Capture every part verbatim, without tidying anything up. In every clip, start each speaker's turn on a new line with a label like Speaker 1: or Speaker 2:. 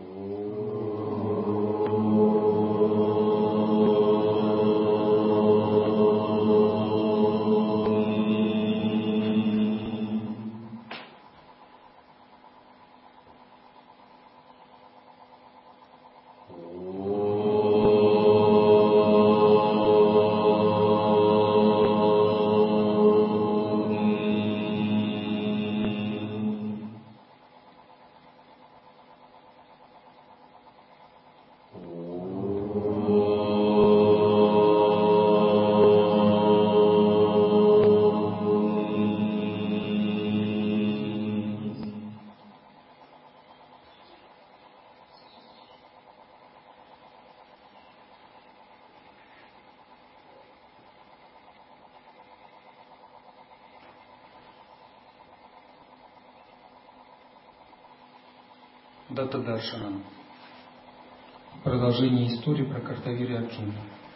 Speaker 1: Дата-даршана. Продолжение истории про Картавиру и Арджуну.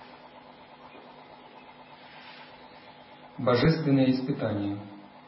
Speaker 1: Божественное испытание.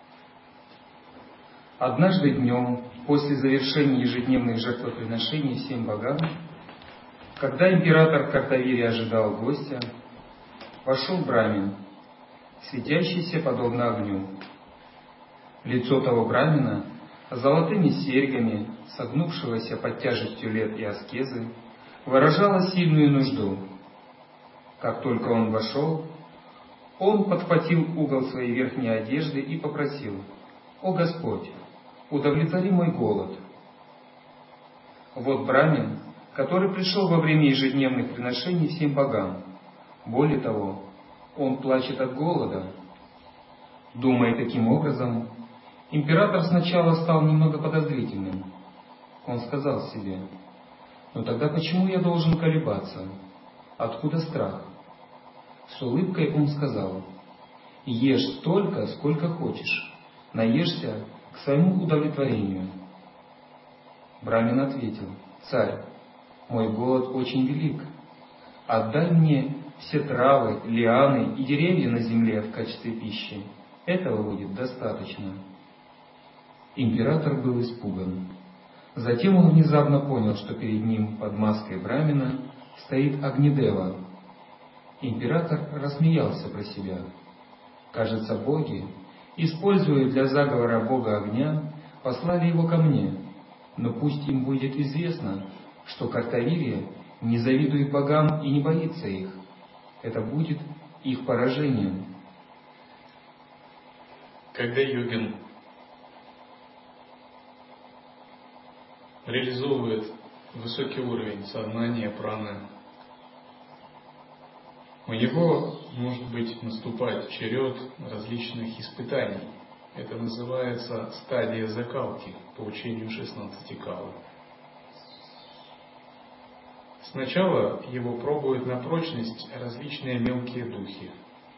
Speaker 1: Однажды днем, после завершения ежедневных жертвоприношений всем богам, когда император Картавири ожидал гостя, вошел брамин, светящийся подобно огню. Лицо того брамина, золотыми серьгами, согнувшегося под тяжестью лет и аскезы, выражало сильную нужду. Как только он вошел, он подхватил угол своей верхней одежды и попросил: «О Господь, удовлетвори мой голод». Вот брамин, который пришел во время ежедневных приношений всем богам. Более того, он плачет от голода. Думая таким образом, император сначала стал немного подозрительным. Он сказал себе: «Но тогда почему я должен колебаться? Откуда страх?» С улыбкой он сказал: «Ешь столько, сколько хочешь, наешься к своему удовлетворению». Брамин ответил: «Царь, мой голод очень велик. Отдай мне все травы, лианы и деревья на земле в качестве пищи. Этого будет достаточно». Император был испуган. Затем он внезапно понял, что перед ним под маской брамина стоит Агнидева. Император рассмеялся про себя. Кажется, боги, используя для заговора бога огня, послали его ко мне, но пусть им будет известно, что Картавирия не завидует богам и не боится их. Это будет их поражением.
Speaker 2: Когда йогин реализовывает высокий уровень сознания праны, у него может быть наступать черед различных испытаний. Это называется стадия закалки по учению шестнадцати кал. Сначала его пробуют на прочность различные мелкие духи.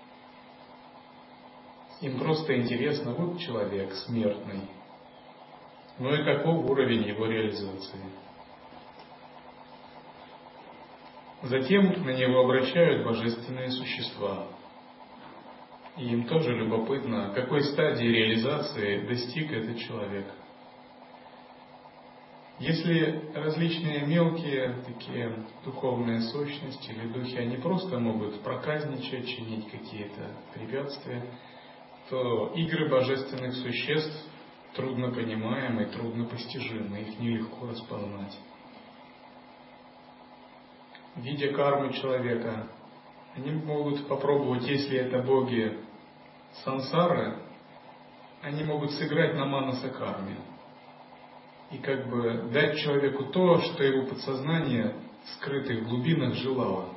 Speaker 2: Им просто интересно: вот человек смертный, ну и каков уровень его реализации. Затем на него обращают божественные существа. И им тоже любопытно, какой стадии реализации достиг этот человек. Если различные мелкие такие духовные сущности или духи, они просто могут проказничать, чинить какие-то препятствия, то игры божественных существ трудно понимаемы, трудно постижимы, их нелегко распознать. Видя карму человека, они могут попробовать, если это боги сансары, они могут сыграть на манаса-карме и как бы дать человеку то, что его подсознание в скрытых глубинах желало.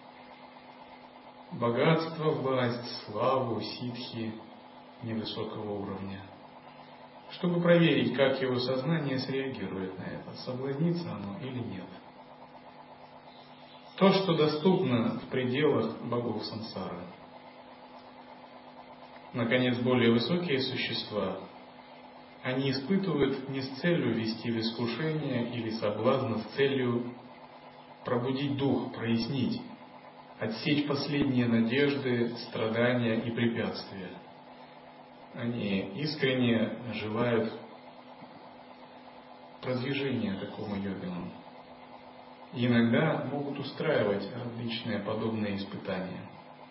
Speaker 2: Богатство, власть, славу, ситхи невысокого уровня. Чтобы проверить, как его сознание среагирует на это, соблазнится оно или нет. То, что доступно в пределах богов сансары. Наконец, более высокие существа, они испытывают не с целью ввести в искушение или соблазн, а с целью пробудить дух, прояснить, отсечь последние надежды, страдания и препятствия. Они искренне желают продвижения такому йогину. и иногда могут устраивать различные подобные испытания.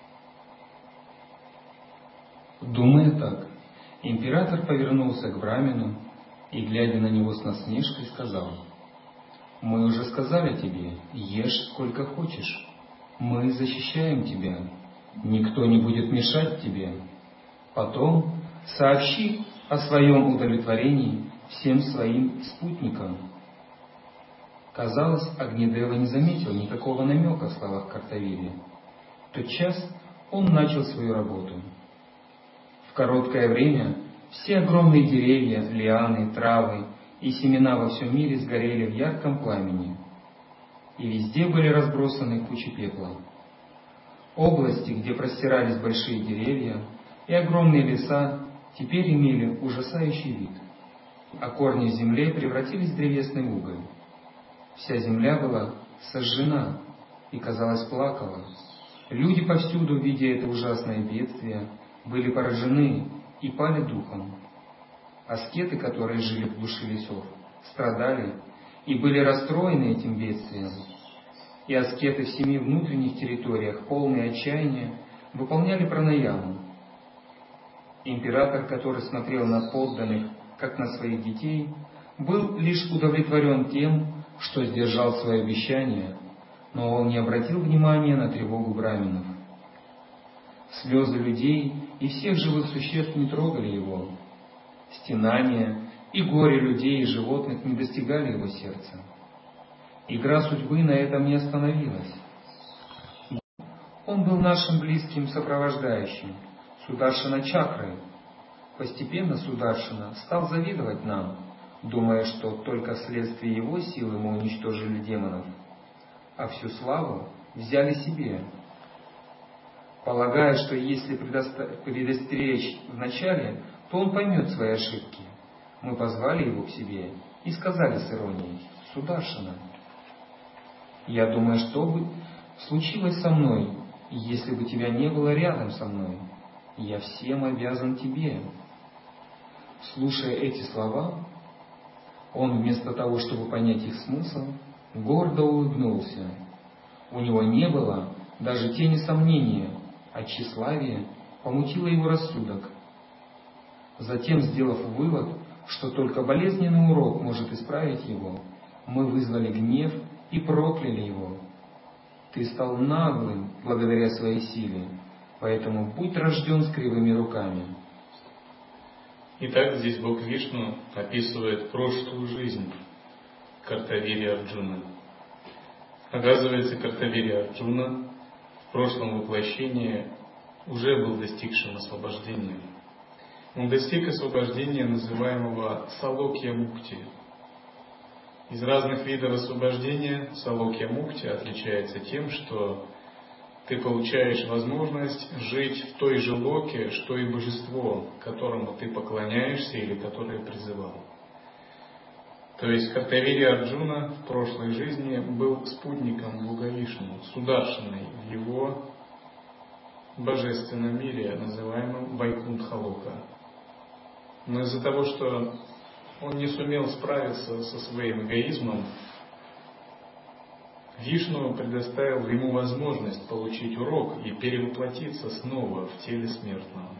Speaker 1: Думая так, император повернулся к брамину и, глядя на него с насмешкой, сказал: «Мы уже сказали тебе, ешь сколько хочешь. Мы защищаем тебя. Никто не будет мешать тебе. Потом сообщи о своем удовлетворении всем своим спутникам». Казалось, Агнидева не заметил никакого намека в словах Картавирия. Тотчас он начал свою работу. В короткое время все огромные деревья, лианы, травы и семена во всем мире сгорели в ярком пламени, и везде были разбросаны кучи пепла. Области, где простирались большие деревья и огромные леса, теперь имели ужасающий вид, а корни в земле превратились в древесный уголь. Вся земля была сожжена и, казалось, плакала. Люди повсюду, видя это ужасное бедствие, были поражены и пали духом. Аскеты, которые жили в глуши лесов, страдали и были расстроены этим бедствием. И аскеты в семи внутренних территориях, полные отчаяния, выполняли пранаяму. Император, который смотрел на подданных, как на своих детей, был лишь удовлетворен тем, что сдержал свое обещание, но он не обратил внимания на тревогу браминов. Слезы людей и всех живых существ не трогали его. Стенания и горе людей и животных не достигали его сердца. Игра судьбы на этом не остановилась. Он был нашим близким сопровождающим, Сударшина Чакрой. Постепенно Сударшина стал завидовать нам, думая, что только вследствие его силы мы уничтожили демонов, а всю славу взяли себе. Полагая, что если предостеречь вначале, то он поймет свои ошибки, мы позвали его к себе и сказали с иронией: «Сударшина, я думаю, что бы случилось со мной, если бы тебя не было рядом со мной. Я всем обязан тебе». Слушая эти слова, он вместо того, чтобы понять их смысл, гордо улыбнулся. У него не было даже тени сомнения, а тщеславие помутило его рассудок. Затем, сделав вывод, что только болезненный урок может исправить его, мы вызвали гнев и прокляли его. «Ты стал наглым благодаря своей силе, поэтому будь рожден с кривыми руками».
Speaker 2: Итак, здесь Бог Вишну описывает прошлую жизнь Картавирия Арджуны. Оказывается, Картавирия Арджуна в прошлом воплощении уже был достигшим освобождения. Он достиг освобождения, называемого Салокья-мукти. Из разных видов освобождения Салокья-мукти отличается тем, что ты получаешь возможность жить в той же локе, что и божество, которому ты поклоняешься или которое призывал. То есть Картавирия Арджуна в прошлой жизни был спутником Бога Вишну, Сударшиной в его божественном мире, называемом Вайкунтха-лока. Но из-за того, что он не сумел справиться со своим эгоизмом, Вишну предоставил ему возможность получить урок и перевоплотиться снова в теле смертного.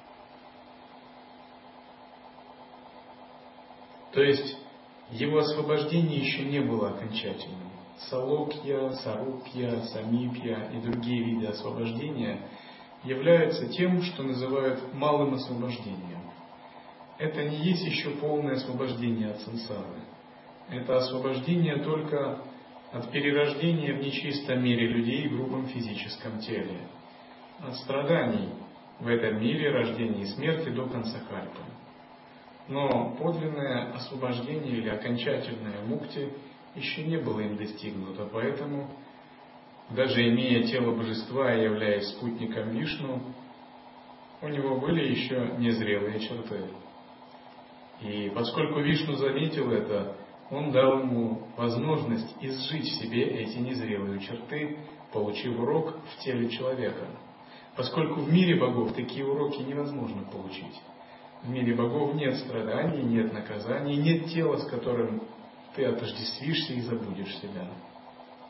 Speaker 2: То есть его освобождение еще не было окончательным. Салокья, Сарукья, Самипья и другие виды освобождения являются тем, что называют малым освобождением. Это не есть еще полное освобождение от сансары. Это освобождение только от перерождения в нечистом мире людей в грубом физическом теле, от страданий в этом мире, рождения и смерти до конца кальпы. Но подлинное освобождение или окончательное мукти еще не было им достигнуто, поэтому, даже имея тело божества и являясь спутником Вишну, у него были еще незрелые черты. И поскольку Вишну заметил это, он дал ему возможность изжить в себе эти незрелые черты, получив урок в теле человека. Поскольку в мире богов такие уроки невозможно получить. В мире богов нет страданий, нет наказаний, нет тела, с которым ты отождествишься и забудешь себя.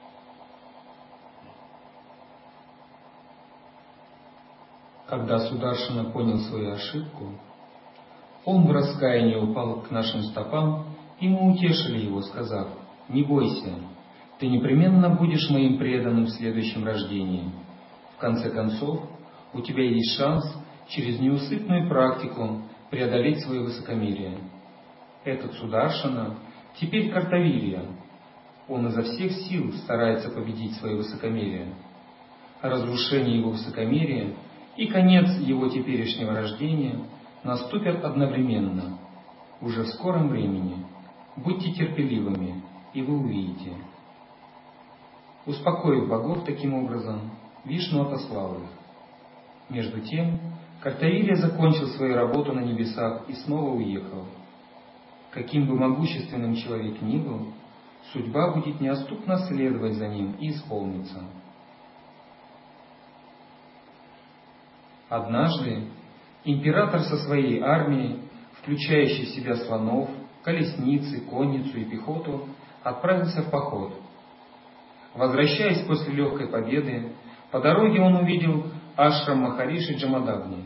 Speaker 1: Когда Сударшина понял свою ошибку, он в раскаянии упал к нашим стопам, и мы утешили его, сказав: «Не бойся, ты непременно будешь моим преданным в следующем рождении. В конце концов, у тебя есть шанс через неусыпную практику преодолеть свое высокомерие. Этот Сударшина теперь Картавирия. Он изо всех сил старается победить свое высокомерие. Разрушение его высокомерия и конец его теперешнего рождения наступят одновременно, уже в скором времени. Будьте терпеливыми, и вы увидите». Успокоив богов таким образом, Вишну отослал их. Между тем, Картавирия закончил свою работу на небесах и снова уехал. Каким бы могущественным человек ни был, судьба будет неотступно следовать за ним и исполнится. Однажды император со своей армией, включающей в себя слонов, колесницы, конницу и пехоту, отправился в поход. Возвращаясь после легкой победы, по дороге он увидел ашрам Махариши Джамадагни.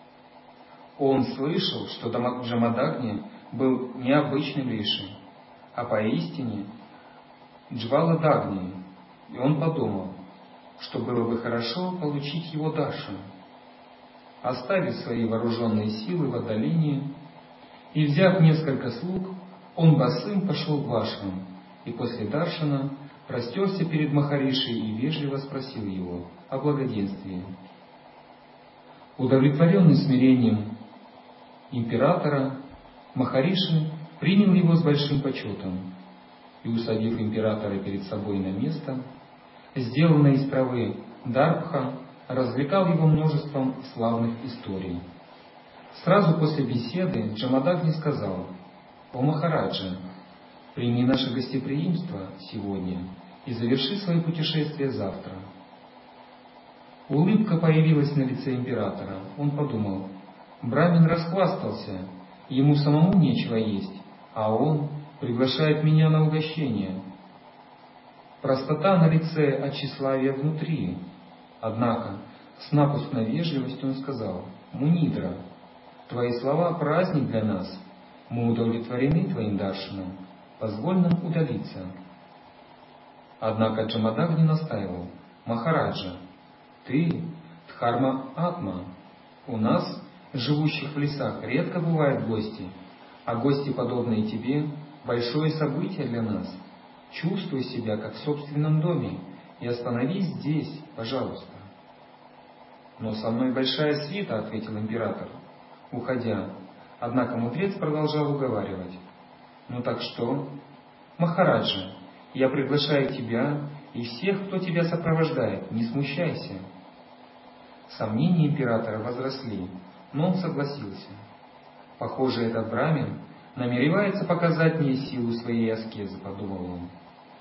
Speaker 1: Он слышал, что Джамадагни был необычным риши, а поистине Джваладагни, и он подумал, что было бы хорошо получить его даршан. Оставив свои вооруженные силы в отдалении и взяв несколько слуг, он босым пошел в ашрам и после даршана простерся перед Махаришей и вежливо спросил его о благоденствии. Удовлетворенный смирением императора, Махариши принял его с большим почетом и, усадив императора перед собой на место, сделанное из травы дарбха, развлекал его множеством славных историй. Сразу после беседы Джамадагни сказал: «О Махараджа, прими наше гостеприимство сегодня и заверши свое путешествие завтра». Улыбка появилась на лице императора. Он подумал: брамин расхвастался, ему самому нечего есть, а он приглашает меня на угощение. Простота на лице, а тщеславие внутри. Однако с напускной вежливостью он сказал: «Мунидра, твои слова праздник для нас, мы удовлетворены твоим даршаном, позволь нам удалиться». Однако Джамадагни настаивал: «Махараджа, ты Дхарма Атма, у нас, живущих в лесах, редко бывают гости, а гости, подобные тебе, большое событие для нас. Чувствуй себя, как в собственном доме, и остановись здесь, пожалуйста». «Но со мной большая свита», — ответил император, уходя. Однако мудрец продолжал уговаривать: «Ну так что? Махараджа, я приглашаю тебя и всех, кто тебя сопровождает, не смущайся». Сомнения императора возросли, но он согласился. «Похоже, этот брамин намеревается показать мне силу своей аскезы», — подумал он.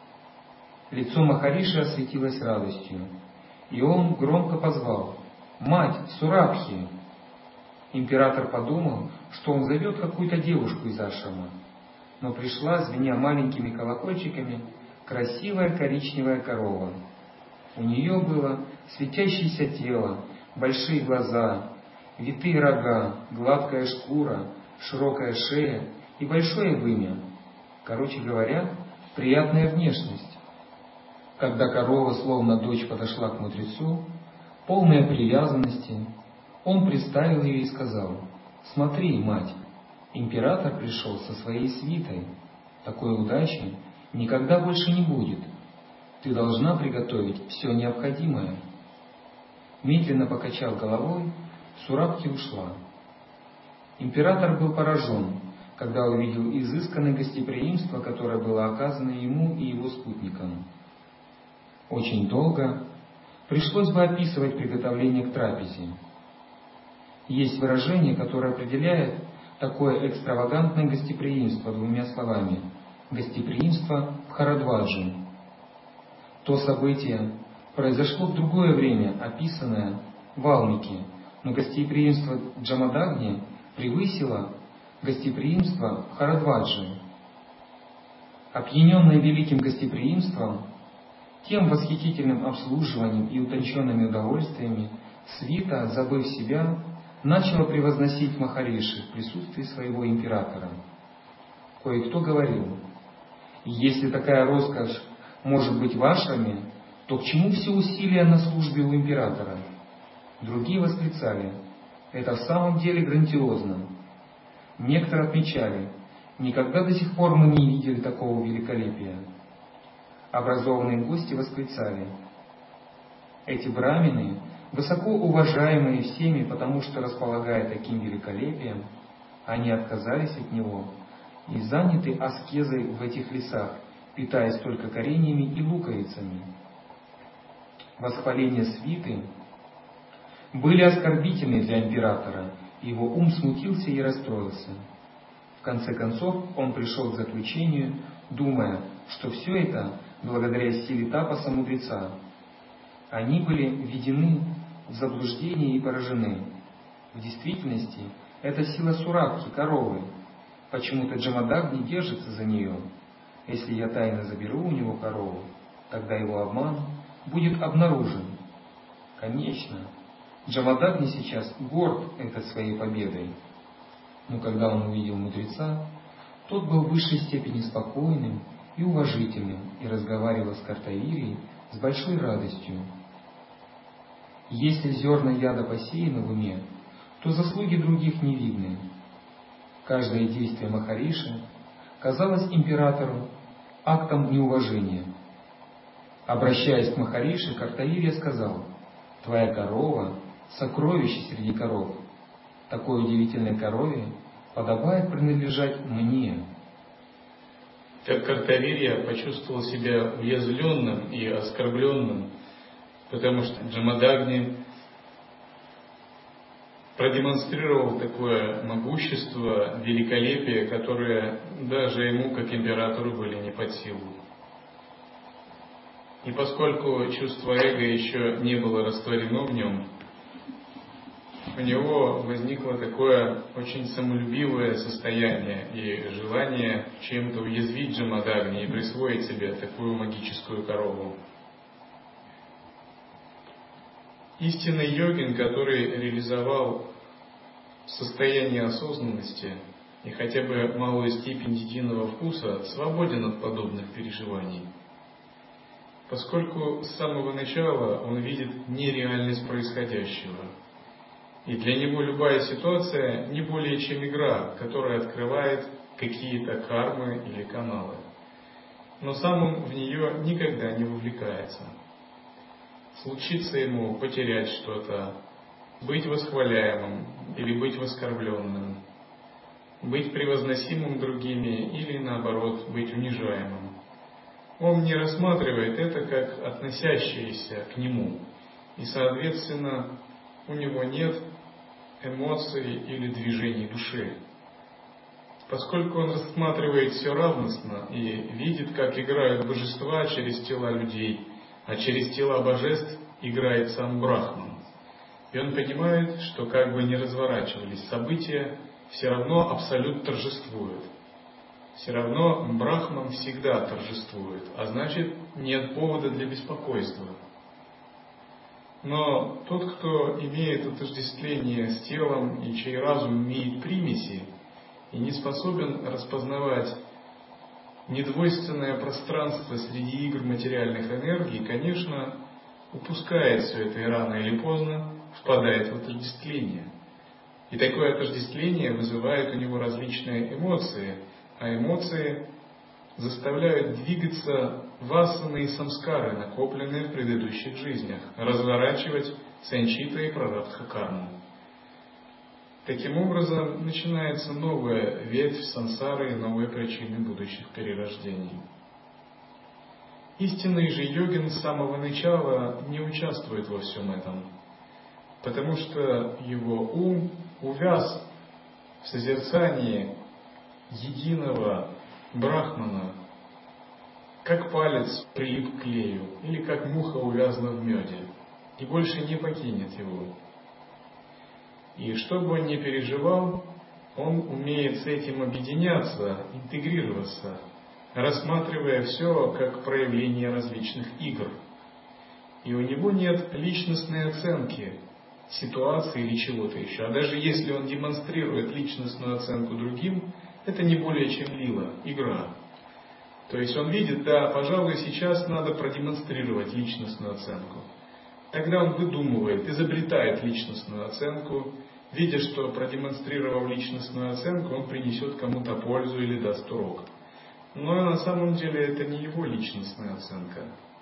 Speaker 1: Лицо Махариши осветилось радостью, и он громко позвал: «Мать Сурабхи!» Император подумал, что он зовет какую-то девушку из ашрама, но пришла, звеня маленькими колокольчиками, красивая коричневая корова. У нее было светящееся тело, большие глаза, витые рога, гладкая шкура, широкая шея и большое вымя. Короче говоря, приятная внешность. Когда корова, словно дочь, подошла к мудрецу, полная привязанности, он представил ее и сказал: «Смотри, мать, император пришел со своей свитой. Такой удачи никогда больше не будет. Ты должна приготовить все необходимое». Медленно покачав головой, Сурабхи ушла. Император был поражен, когда увидел изысканное гостеприимство, которое было оказано ему и его спутникам. Очень долго пришлось бы описывать приготовление к трапезе. Есть выражение, которое определяет такое экстравагантное гостеприимство двумя словами: гостеприимство Бхарадваджи. То событие произошло в другое время, описанное в Валмики, но гостеприимство Джамадагни превысило гостеприимство Бхарадваджи. Опьяненный великим гостеприимством, тем восхитительным обслуживанием и утонченными удовольствиями, Свита, забыв себя, начала превозносить Махариши в присутствии своего императора. Кое-кто говорил: если такая роскошь может быть в ашраме, то к чему все усилия на службе у императора? Другие восклицали: это в самом деле грандиозно. Некоторые отмечали: никогда до сих пор мы не видели такого великолепия. Образованные гости восклицали: эти брамины, высоко уважаемые всеми, потому что, располагая таким великолепием, они отказались от него и заняты аскезой в этих лесах, питаясь только кореньями и луковицами. Восхваления свиты были оскорбительны для императора, и его ум смутился и расстроился. В конце концов он пришел к заключению, думая, что все это благодаря силе тапаса мудреца. Они были введены в заблуждение и поражены. В действительности это сила Сурабхи, коровы. Почему-то Джамадагни держится за нее. Если я тайно заберу у него корову, тогда его обман будет обнаружен. Конечно, Джамадагни сейчас горд этой своей победой. Но когда он увидел мудреца, тот был в высшей степени спокойным и уважительным и разговаривал с Картавирией с большой радостью. Если зерна яда посеяны в уме, то заслуги других не видны. Каждое действие Махариши казалось императору актом неуважения. Обращаясь к Махариши, Картавирия сказал: «Твоя корова — сокровище среди коров. Такой удивительной корове подобает принадлежать мне».
Speaker 2: Так Картавирия почувствовал себя уязвленным и оскорбленным, потому что Джамадагни продемонстрировал такое могущество, великолепие, которое даже ему, как императору, были не под силу. И поскольку чувство эго еще не было растворено в нем, у него возникло такое очень самолюбивое состояние и желание чем-то уязвить Джамадагни и присвоить себе такую магическую корову. Истинный йогин, который реализовал состояние осознанности и хотя бы малую степень единого вкуса, свободен от подобных переживаний, поскольку с самого начала он видит нереальность происходящего. И для него любая ситуация не более чем игра, которая открывает какие-то кармы или каналы. Но сам он в нее никогда не вовлекается. Случится ему потерять что-то, быть восхваляемым или быть воскорбленным, быть превозносимым другими или, наоборот, быть унижаемым. Он не рассматривает это как относящееся к нему, и, соответственно, у него нет эмоций или движений души. Поскольку он рассматривает все равностно и видит, как играют божества через тела людей, а через тела божеств играет сам Брахман. И он понимает, что как бы ни разворачивались события, все равно Абсолют торжествует. Все равно Брахман всегда торжествует, а значит, нет повода для беспокойства. Но тот, кто имеет отождествление с телом и чей разум имеет примеси и не способен распознавать недвойственное пространство среди игр материальных энергий, конечно, упускает все это и рано или поздно впадает в отождествление. И такое отождествление вызывает у него различные эмоции, а эмоции заставляют двигаться вассаны и самскары, накопленные в предыдущих жизнях, разворачивать санчита и прарабдха карму. Таким образом, начинается новая ветвь сансары и новые причины будущих перерождений. Истинный же йогин с самого начала не участвует во всем этом, потому что его ум увяз в созерцании единого Брахмана, как палец прилип к клею, или как муха увязла в меде, и больше не покинет его. И что бы он ни переживал, он умеет с этим объединяться, интегрироваться, рассматривая все как проявление различных игр. И у него нет личностной оценки, ситуации или чего-то еще. А даже если он демонстрирует личностную оценку другим, это не более чем лила, игра. То есть он видит, да, пожалуй, сейчас надо продемонстрировать личностную оценку. Тогда он выдумывает, изобретает личностную оценку, видя, что продемонстрировав личностную оценку, он принесет кому-то пользу или даст урок. Но на самом деле это не его личностная оценка.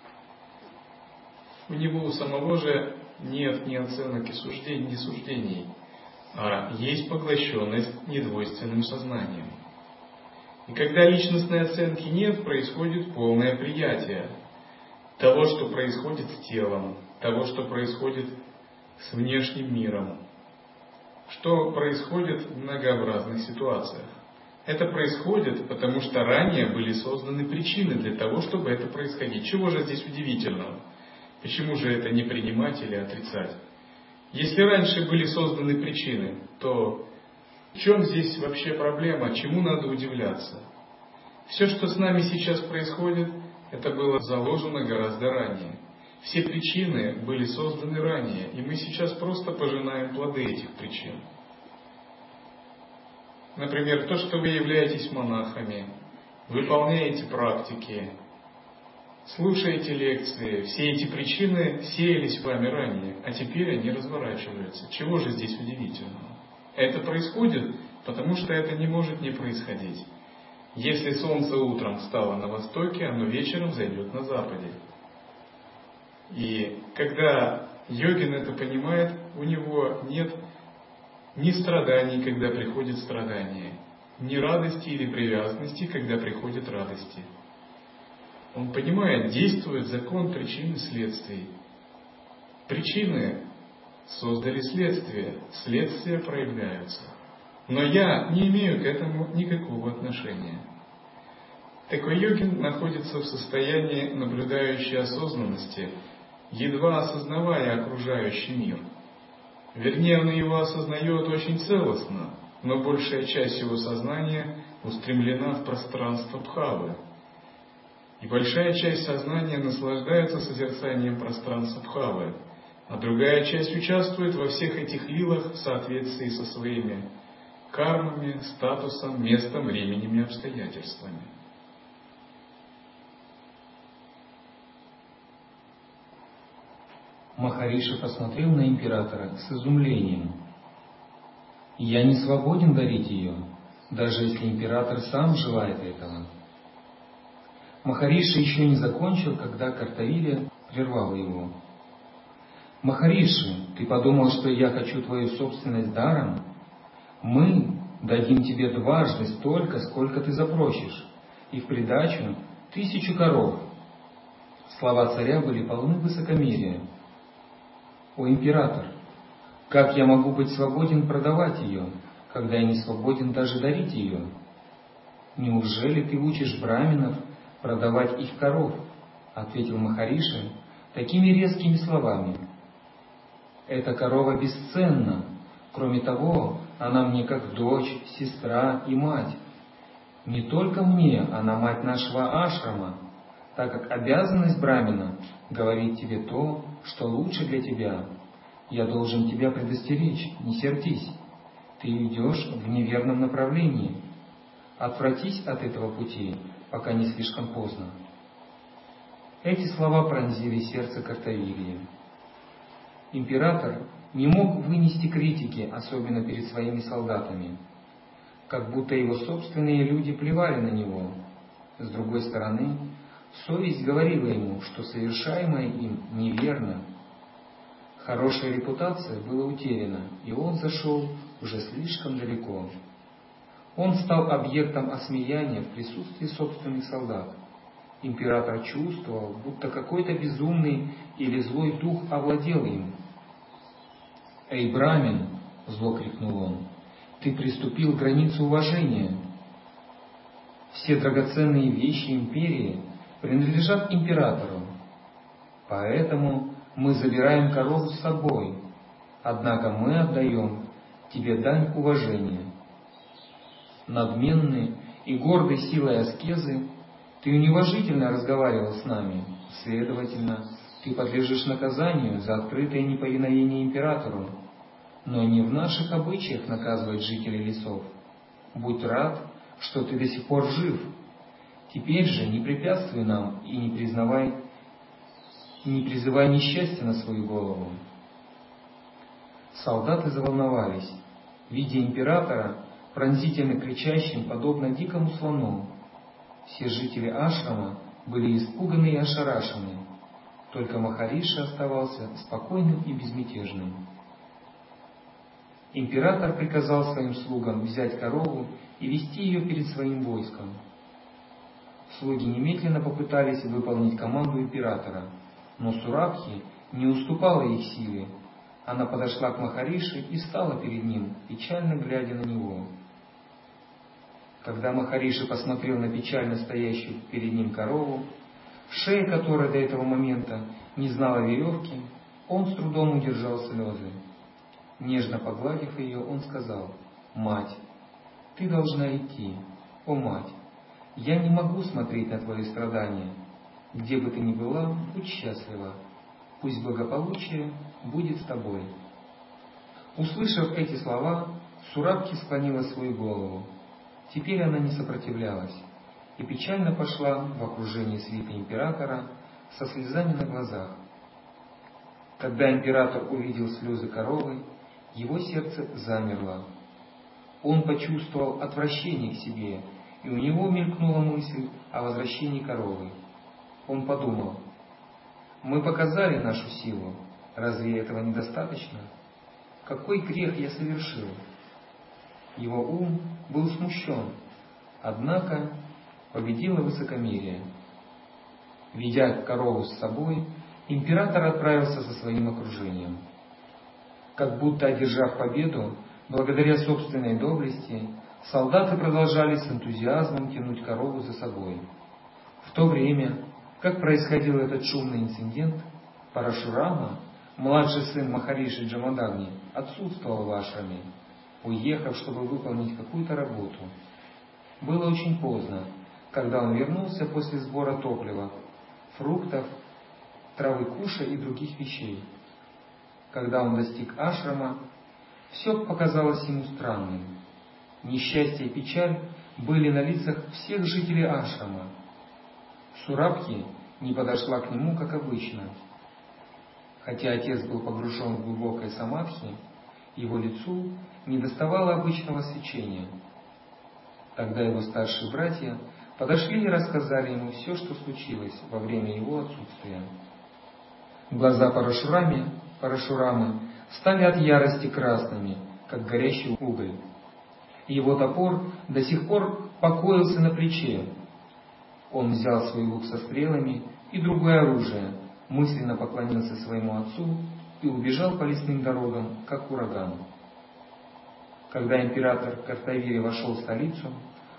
Speaker 2: У него у самого же нет ни оценок и суждений, ни суждений, а есть поглощенность недвойственным сознанием. И когда личностной оценки нет, происходит полное приятие того, что происходит с телом, того, что происходит с внешним миром, что происходит в многообразных ситуациях. Это происходит, потому что ранее были созданы причины для того, чтобы это происходить. Чего же здесь удивительного? Почему же это не принимать или отрицать? Если раньше были созданы причины, то в чем здесь вообще проблема? Чему надо удивляться? Все, что с нами сейчас происходит, это было заложено гораздо ранее. Все причины были созданы ранее, и мы сейчас просто пожинаем плоды этих причин. Например, то, что вы являетесь монахами, выполняете практики, слушаете лекции, все эти причины сеялись вами ранее, а теперь они разворачиваются. Чего же здесь удивительного? Это происходит, потому что это не может не происходить. Если солнце утром встало на востоке, оно вечером зайдет на западе. И когда йогин это понимает, у него нет ни страданий, когда приходит страдание, ни радости или привязанности, когда приходят радости. Он понимает, действует закон причин и следствий. Причины создали следствие, следствия проявляются. Но я не имею к этому никакого отношения. Такой йогин находится в состоянии наблюдающей осознанности, едва осознавая окружающий мир. Вернее, он его осознает очень целостно, но большая часть его сознания устремлена в пространство Бхавы. И большая часть сознания наслаждается созерцанием пространства Бхавы, а другая часть участвует во всех этих лилах в соответствии со своими кармами, статусом, местом, временем и обстоятельствами.
Speaker 1: Махариши посмотрел на императора с изумлением. «Я не свободен дарить ее, даже если император сам желает этого». Махариши еще не закончил, когда Картавирья прервал его. «Махариши, ты подумал, что я хочу твою собственность даром? Мы дадим тебе дважды столько, сколько ты запросишь, и в придачу тысячу коров». Слова царя были полны высокомерия. «О, император, как я могу быть свободен продавать ее, когда я не свободен даже дарить ее? Неужели ты учишь браминов продавать их коров?» Ответил Махариши такими резкими словами. «Эта корова бесценна. Кроме того, она мне как дочь, сестра и мать. Не только мне, она мать нашего ашрама, так как обязанность брамина говорить тебе то, что лучше для тебя. Я должен тебя предостеречь, не сердись. Ты идешь в неверном направлении. Отвратись от этого пути, пока не слишком поздно». Эти слова пронзили сердце Картавирьи. Император не мог вынести критики, особенно перед своими солдатами, как будто его собственные люди плевали на него. С другой стороны, совесть говорила ему, что совершаемое им неверно. Хорошая репутация была утеряна, и он зашел уже слишком далеко. Он стал объектом осмеяния в присутствии собственных солдат. Император чувствовал, будто какой-то безумный или злой дух овладел им. «Эй, брамин!» — зло крикнул он. «Ты приступил к границе уважения. Все драгоценные вещи империи принадлежат императору. Поэтому мы забираем корову с собой, однако мы отдаем тебе дань уважения. Надменный и гордой силой аскезы ты неуважительно разговаривал с нами, следовательно, Ты подлежишь наказанию за открытое неповиновение императору, но не в наших обычаях наказывать жителей лесов. Будь рад, что ты до сих пор жив. Теперь же не препятствуй нам и не признавай, и не призывай несчастья на свою голову». Солдаты заволновались, видя императора, пронзительно кричащим, подобно дикому слону. Все жители ашрама были испуганы и ошарашены. Только Махариша оставался спокойным и безмятежным. Император приказал своим слугам взять корову и вести ее перед своим войском. Слуги немедленно попытались выполнить команду императора, но Сурабхи не уступала их силе. Она подошла к Махарише и стала перед ним, печально глядя на него. Когда Махариша посмотрел на печально стоящую перед ним корову, шея которой до этого момента не знала веревки, он с трудом удержал слезы. Нежно погладив ее, он сказал: «Мать, ты должна идти. О, мать, я не могу смотреть на твои страдания. Где бы ты ни была, будь счастлива. Пусть благополучие будет с тобой». Услышав эти слова, Сурабхи склонила свою голову. Теперь она не сопротивлялась и печально пошла в окружении свиты императора со слезами на глазах. Когда император увидел слезы коровы, его сердце замерло. Он почувствовал отвращение к себе, и у него мелькнула мысль о возвращении коровы. Он подумал: «Мы показали нашу силу. Разве этого недостаточно? Какой грех я совершил?» Его ум был смущен, однако победило высокомерие. Ведя корову с собой, император отправился со своим окружением. Как будто одержав победу, благодаря собственной доблести, солдаты продолжали с энтузиазмом тянуть корову за собой. В то время, как происходил этот шумный инцидент, Парашурама, младший сын Махариши Джамадагни, отсутствовал в ашраме, уехав, чтобы выполнить какую-то работу. Было очень поздно, когда он вернулся после сбора топлива, фруктов, травы куша и других вещей. Когда он достиг ашрама, все показалось ему странным. Несчастье и печаль были на лицах всех жителей ашрама. Сурабхи не подошла к нему, как обычно. Хотя отец был погружен в глубокое самадхи, его лицу недоставало обычного свечения. Тогда его старшие братья подошли и рассказали ему все, что случилось во время его отсутствия. Глаза Парашурами, Парашурамы стали от ярости красными, как горящий уголь. Его топор до сих пор покоился на плече. Он взял свой лук со стрелами и другое оружие, мысленно поклонился своему отцу и убежал по лесным дорогам, как ураган. Когда император Картавири вошел в столицу,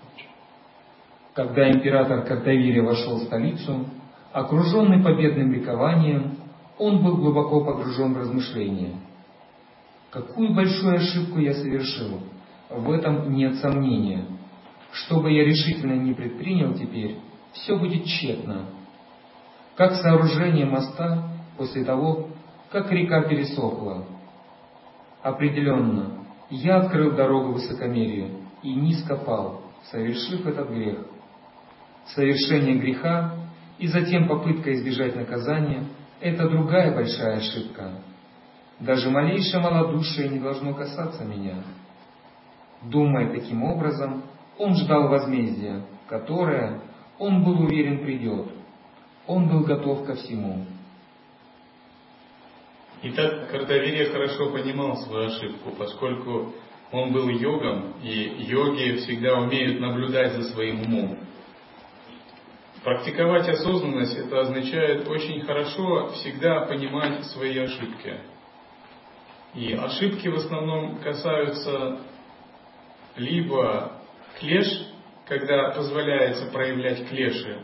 Speaker 1: когда император Картавири вошел в столицу, окруженный победным ликованием, он был глубоко погружен в размышления. Какую большую ошибку я совершил, в этом нет сомнения. Что бы я решительно не предпринял теперь, все будет тщетно. Как сооружение моста после того, как река пересохла. Определенно, я открыл дорогу высокомерию и низко пал, совершив этот грех. Совершение греха и затем попытка избежать наказания – это другая большая ошибка. Даже малейшее малодушие не должно касаться меня. Думая таким образом, он ждал возмездия, которое, он был уверен, придет. Он был готов ко всему.
Speaker 2: Итак, Картавирия хорошо понимал свою ошибку, поскольку он был йогом, и йоги всегда умеют наблюдать за своим умом. Практиковать осознанность – это означает очень хорошо всегда понимать свои ошибки. И ошибки в основном касаются либо клеш, когда позволяется проявлять клеши,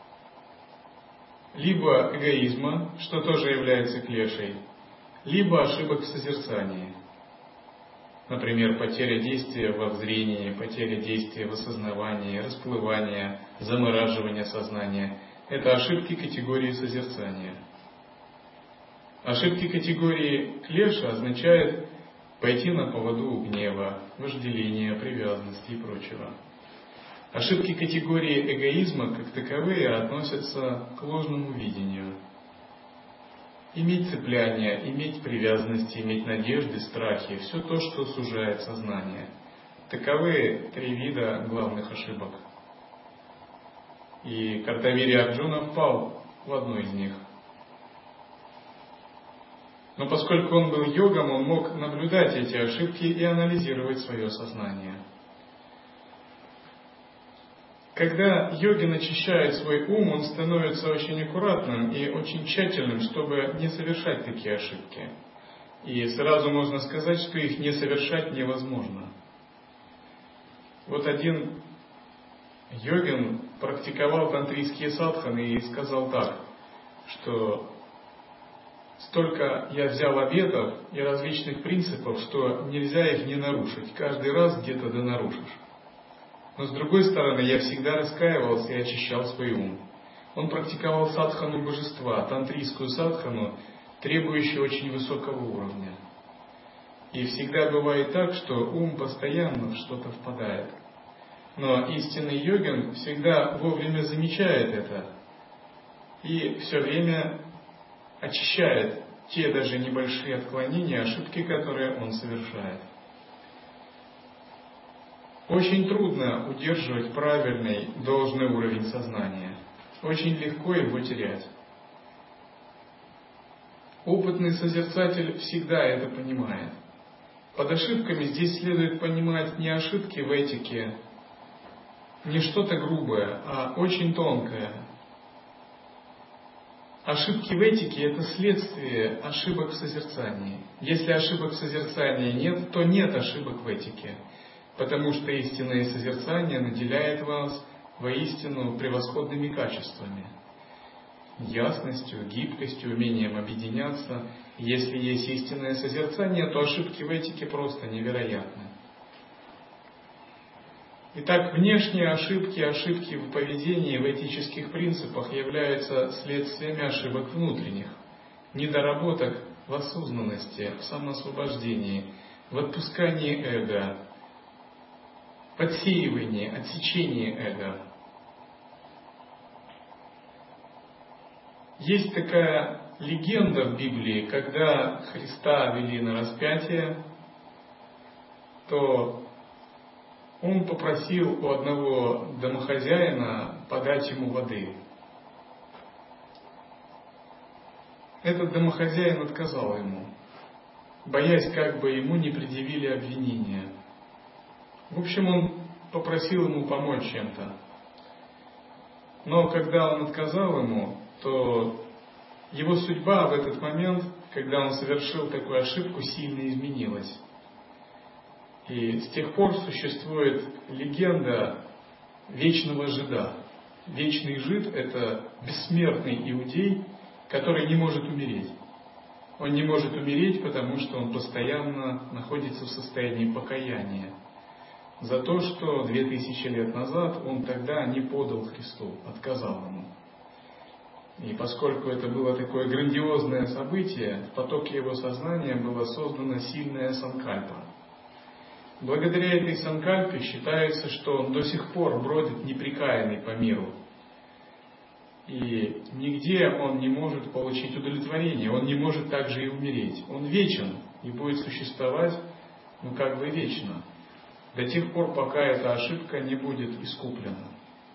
Speaker 2: либо эгоизма, что тоже является клешей, либо ошибок в созерцании. Например, потеря действия во взрении, потеря действия в осознавании, расплывание, замораживание сознания – это ошибки категории созерцания. Ошибки категории клеша означают пойти на поводу у гнева, вожделения, привязанности и прочего. Ошибки категории эгоизма как таковые относятся к ложному видению. Иметь цепляние, иметь привязанности, иметь надежды, страхи – все то, что сужает сознание. Таковы три вида главных ошибок. И Картавири Арджуна впал в одну из них. Но поскольку он был йогом, он мог наблюдать эти ошибки и анализировать свое сознание. Когда йогин очищает свой ум, он становится очень аккуратным и очень тщательным, чтобы не совершать такие ошибки. И сразу можно сказать, что их не совершать невозможно. Вот один йогин практиковал тантрийские садханы и сказал так, что столько я взял обетов и различных принципов, что нельзя их не нарушить. Каждый раз где-то да нарушишь. Но с другой стороны, я всегда раскаивался и очищал свой ум. Он практиковал садхану божества, тантрийскую садхану, требующую очень высокого уровня. И всегда бывает так, что ум постоянно в что-то впадает. Но истинный йогин всегда вовремя замечает это и все время очищает те даже небольшие отклонения, ошибки, которые он совершает. Очень трудно удерживать правильный, должный уровень сознания. Очень легко его терять. Опытный созерцатель всегда это понимает. Под ошибками здесь следует понимать не ошибки в этике, не что-то грубое, а очень тонкое. Ошибки в этике – это следствие ошибок в созерцании. Если ошибок в созерцании нет, то нет ошибок в этике. Потому что истинное созерцание наделяет вас воистину превосходными качествами. Ясностью, гибкостью, умением объединяться. Если есть истинное созерцание, то ошибки в этике просто невероятны. Итак, внешние ошибки, ошибки в поведении, в этических принципах являются следствиями ошибок внутренних, недоработок в осознанности, в самоосвобождении, в отпускании эго, подсеивании, отсечении эго. Есть такая легенда в Библии, когда Христа вели на распятие, то он попросил у одного домохозяина подать ему воды. Этот домохозяин отказал ему, боясь, как бы ему не предъявили обвинения. В общем, он попросил ему помочь чем-то. Но когда он отказал ему, то его судьба в этот момент, когда он совершил такую ошибку, сильно изменилась. И с тех пор существует легенда вечного жида. Вечный жид – это бессмертный иудей, который не может умереть. Он не может умереть, потому что он постоянно находится в состоянии покаяния за то, что две тысячи лет назад он тогда не подал Христу, отказал ему. И поскольку это было такое грандиозное событие, в потоке его сознания была создана сильная санкальпа. Благодаря этой санкальпе считается, что он до сих пор бродит непрекаянный по миру. И нигде он не может получить удовлетворение, он не может также и умереть. Он вечен и будет существовать, ну как бы вечно, до тех пор, пока эта ошибка не будет искуплена.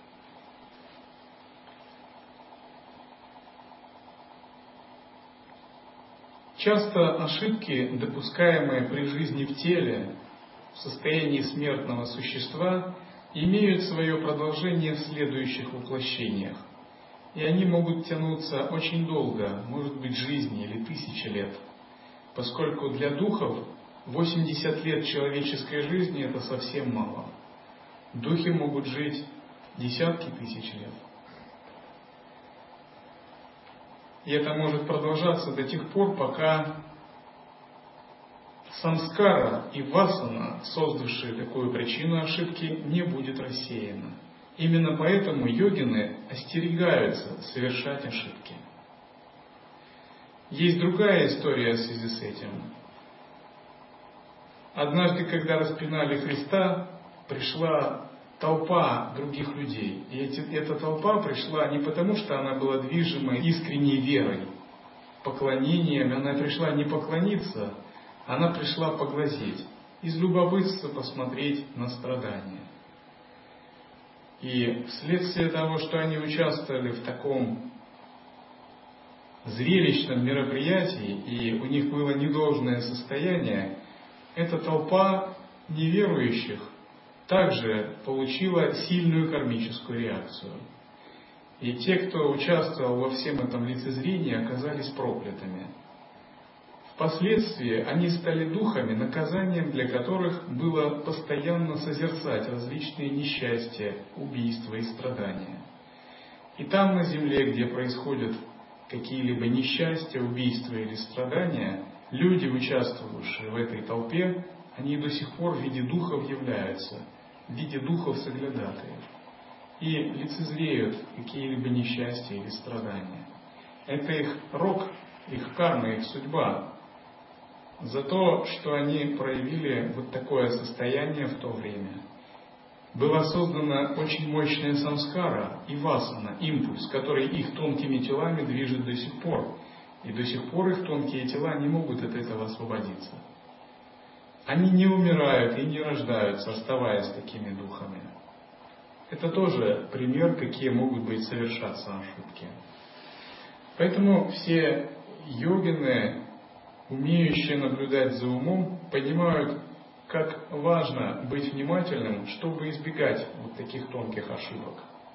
Speaker 2: Часто ошибки, допускаемые при жизни в теле, в состоянии смертного существа, имеют свое продолжение в следующих воплощениях. И они могут тянуться очень долго, может быть, жизни или тысячи лет, поскольку для духов восемьдесят лет человеческой жизни – это совсем мало. Духи могут жить десятки тысяч лет. И это может продолжаться до тех пор, пока самскара и васана, создавшие такую причину ошибки, не будет рассеяна. Именно поэтому йогины остерегаются совершать ошибки. Есть другая история в связи с этим. Однажды, когда распинали Христа, пришла толпа других людей. И эти, эта толпа пришла не потому, что она была движима искренней верой, поклонением. Она пришла не поклониться, она пришла поглазеть, из любопытства посмотреть на страдания. И вследствие того, что они участвовали в таком зрелищном мероприятии, и у них было недолжное состояние, эта толпа неверующих также получила сильную кармическую реакцию. И те, кто участвовал во всем этом лицезрении, оказались проклятыми. Впоследствии они стали духами, наказанием для которых было постоянно созерцать различные несчастья, убийства и страдания. И там, на земле, где происходят какие-либо несчастья, убийства или страдания, люди, участвовавшие в этой толпе, они до сих пор в виде духов являются, в виде духов-соглядатаев, и лицезреют какие-либо несчастья или страдания. Это их рок, их карма, их судьба за то, что они проявили вот такое состояние в то время. Была создана очень мощная самскара и васана, импульс, который их тонкими телами движет до сих пор. И до сих пор их тонкие тела не могут от этого освободиться. Они не умирают и не рождаются, оставаясь такими духами. Это тоже пример, какие могут быть совершаться ошибки. Поэтому все йогины, умеющие наблюдать за умом, понимают, как важно быть внимательным, чтобы избегать вот таких тонких ошибок.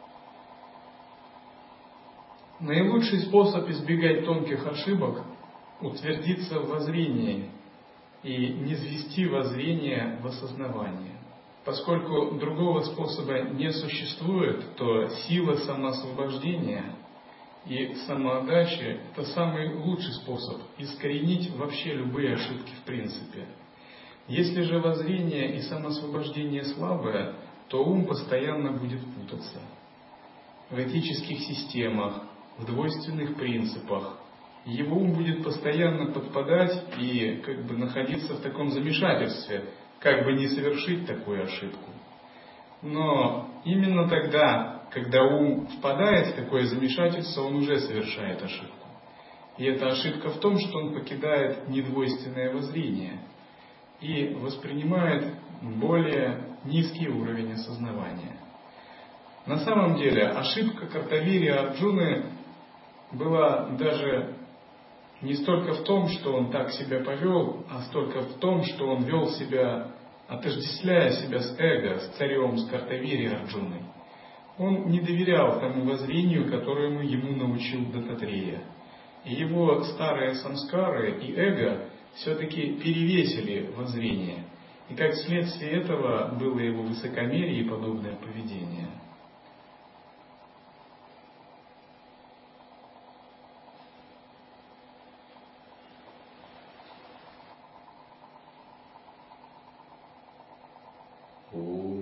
Speaker 2: Наилучший способ избегать тонких ошибок – утвердиться в воззрении и не звести воззрение в осознавание. Поскольку другого способа не существует, то сила самоосвобождения и самоотдачи – это самый лучший способ искоренить вообще любые ошибки в принципе. Если же воззрение и самоосвобождение слабое, то ум постоянно будет путаться в этических системах, в двойственных принципах. Его ум будет постоянно подпадать и как бы находиться в таком замешательстве, как бы не совершить такую ошибку. Но именно тогда, когда ум впадает в такое замешательство, он уже совершает ошибку. И эта ошибка в том, что он покидает недвойственное воззрение и воспринимает более низкий уровень осознавания. На самом деле ошибка Картавирьи Арджуны была даже не столько в том, что он так себя повел, а столько в том, что он вел себя, отождествляя себя с эго, с царем, с Картавирьей Арджуной. Он не доверял тому воззрению, которому ему научил Даттатрея. И его старые самскары и эго все-таки перевесили воззрение. И как следствие этого было его высокомерие и подобное поведение.
Speaker 3: О